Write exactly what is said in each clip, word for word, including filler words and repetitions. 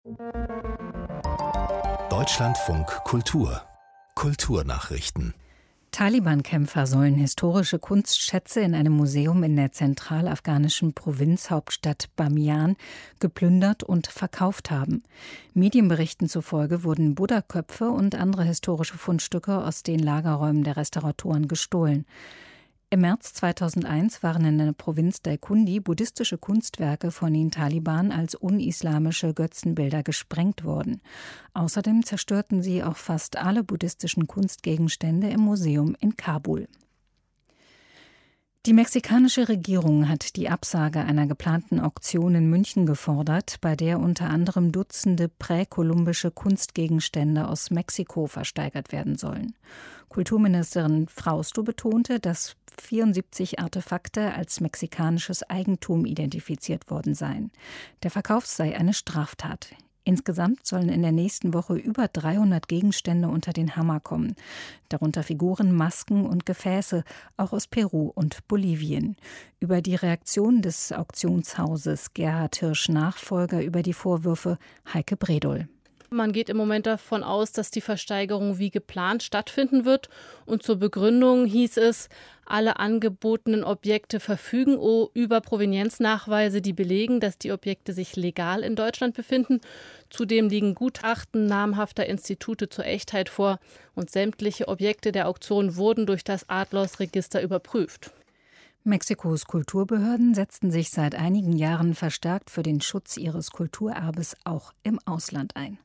Deutschlandfunk Kultur Kulturnachrichten. Taliban-Kämpfer sollen historische Kunstschätze in einem Museum in der zentralafghanischen Provinzhauptstadt Bamiyan geplündert und verkauft haben. Medienberichten zufolge wurden Buddha-Köpfe und andere historische Fundstücke aus den Lagerräumen der Restauratoren gestohlen. Im März zweitausendeins waren in der Provinz Daikundi buddhistische Kunstwerke von den Taliban als unislamische Götzenbilder gesprengt worden. Außerdem zerstörten sie auch fast alle buddhistischen Kunstgegenstände im Museum in Kabul. Die mexikanische Regierung hat die Absage einer geplanten Auktion in München gefordert, bei der unter anderem Dutzende präkolumbische Kunstgegenstände aus Mexiko versteigert werden sollen. Kulturministerin Frausto betonte, dass vierundsiebzig Artefakte als mexikanisches Eigentum identifiziert worden seien. Der Verkauf sei eine Straftat. Insgesamt sollen in der nächsten Woche über dreihundert Gegenstände unter den Hammer kommen, darunter Figuren, Masken und Gefäße, auch aus Peru und Bolivien. Über die Reaktion des Auktionshauses Gerhard Hirsch Nachfolger über die Vorwürfe Heike Bredol. Man geht im Moment davon aus, dass die Versteigerung wie geplant stattfinden wird. Und zur Begründung hieß es, alle angebotenen Objekte verfügen über Provenienznachweise, die belegen, dass die Objekte sich legal in Deutschland befinden. Zudem liegen Gutachten namhafter Institute zur Echtheit vor und sämtliche Objekte der Auktion wurden durch das Adlers-Register überprüft. Mexikos Kulturbehörden setzten sich seit einigen Jahren verstärkt für den Schutz ihres Kulturerbes auch im Ausland ein.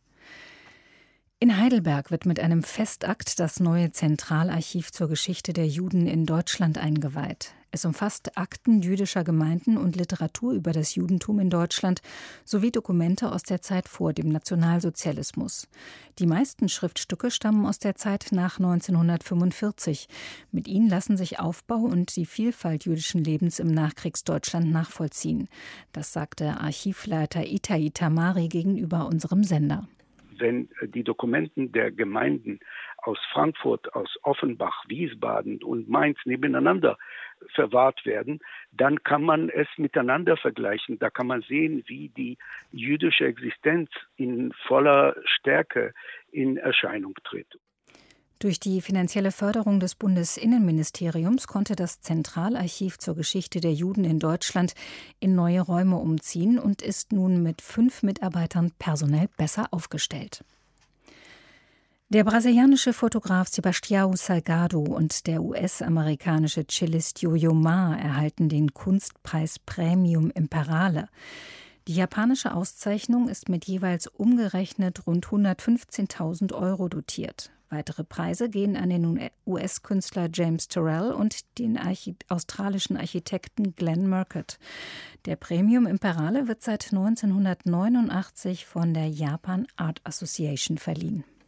In Heidelberg wird mit einem Festakt das neue Zentralarchiv zur Geschichte der Juden in Deutschland eingeweiht. Es umfasst Akten jüdischer Gemeinden und Literatur über das Judentum in Deutschland sowie Dokumente aus der Zeit vor dem Nationalsozialismus. Die meisten Schriftstücke stammen aus der Zeit nach neunzehnhundertfünfundvierzig. Mit ihnen lassen sich Aufbau und die Vielfalt jüdischen Lebens im Nachkriegsdeutschland nachvollziehen. Das sagte Archivleiter Itai Tamari gegenüber unserem Sender. Wenn die Dokumenten der Gemeinden aus Frankfurt, aus Offenbach, Wiesbaden und Mainz nebeneinander verwahrt werden, dann kann man es miteinander vergleichen. Da kann man sehen, wie die jüdische Existenz in voller Stärke in Erscheinung tritt. Durch die finanzielle Förderung des Bundesinnenministeriums konnte das Zentralarchiv zur Geschichte der Juden in Deutschland in neue Räume umziehen und ist nun mit fünf Mitarbeitern personell besser aufgestellt. Der brasilianische Fotograf Sebastião Salgado und der U S-amerikanische Cellist Yo-Yo Ma erhalten den Kunstpreis Premium Imperale. Die japanische Auszeichnung ist mit jeweils umgerechnet rund hundertfünfzehntausend Euro dotiert. Weitere Preise gehen an den U S-Künstler James Turrell und den Archi- australischen Architekten Glenn Murcutt. Der Premium Imperale wird seit neunzehnhundertneunundachtzig von der Japan Art Association verliehen.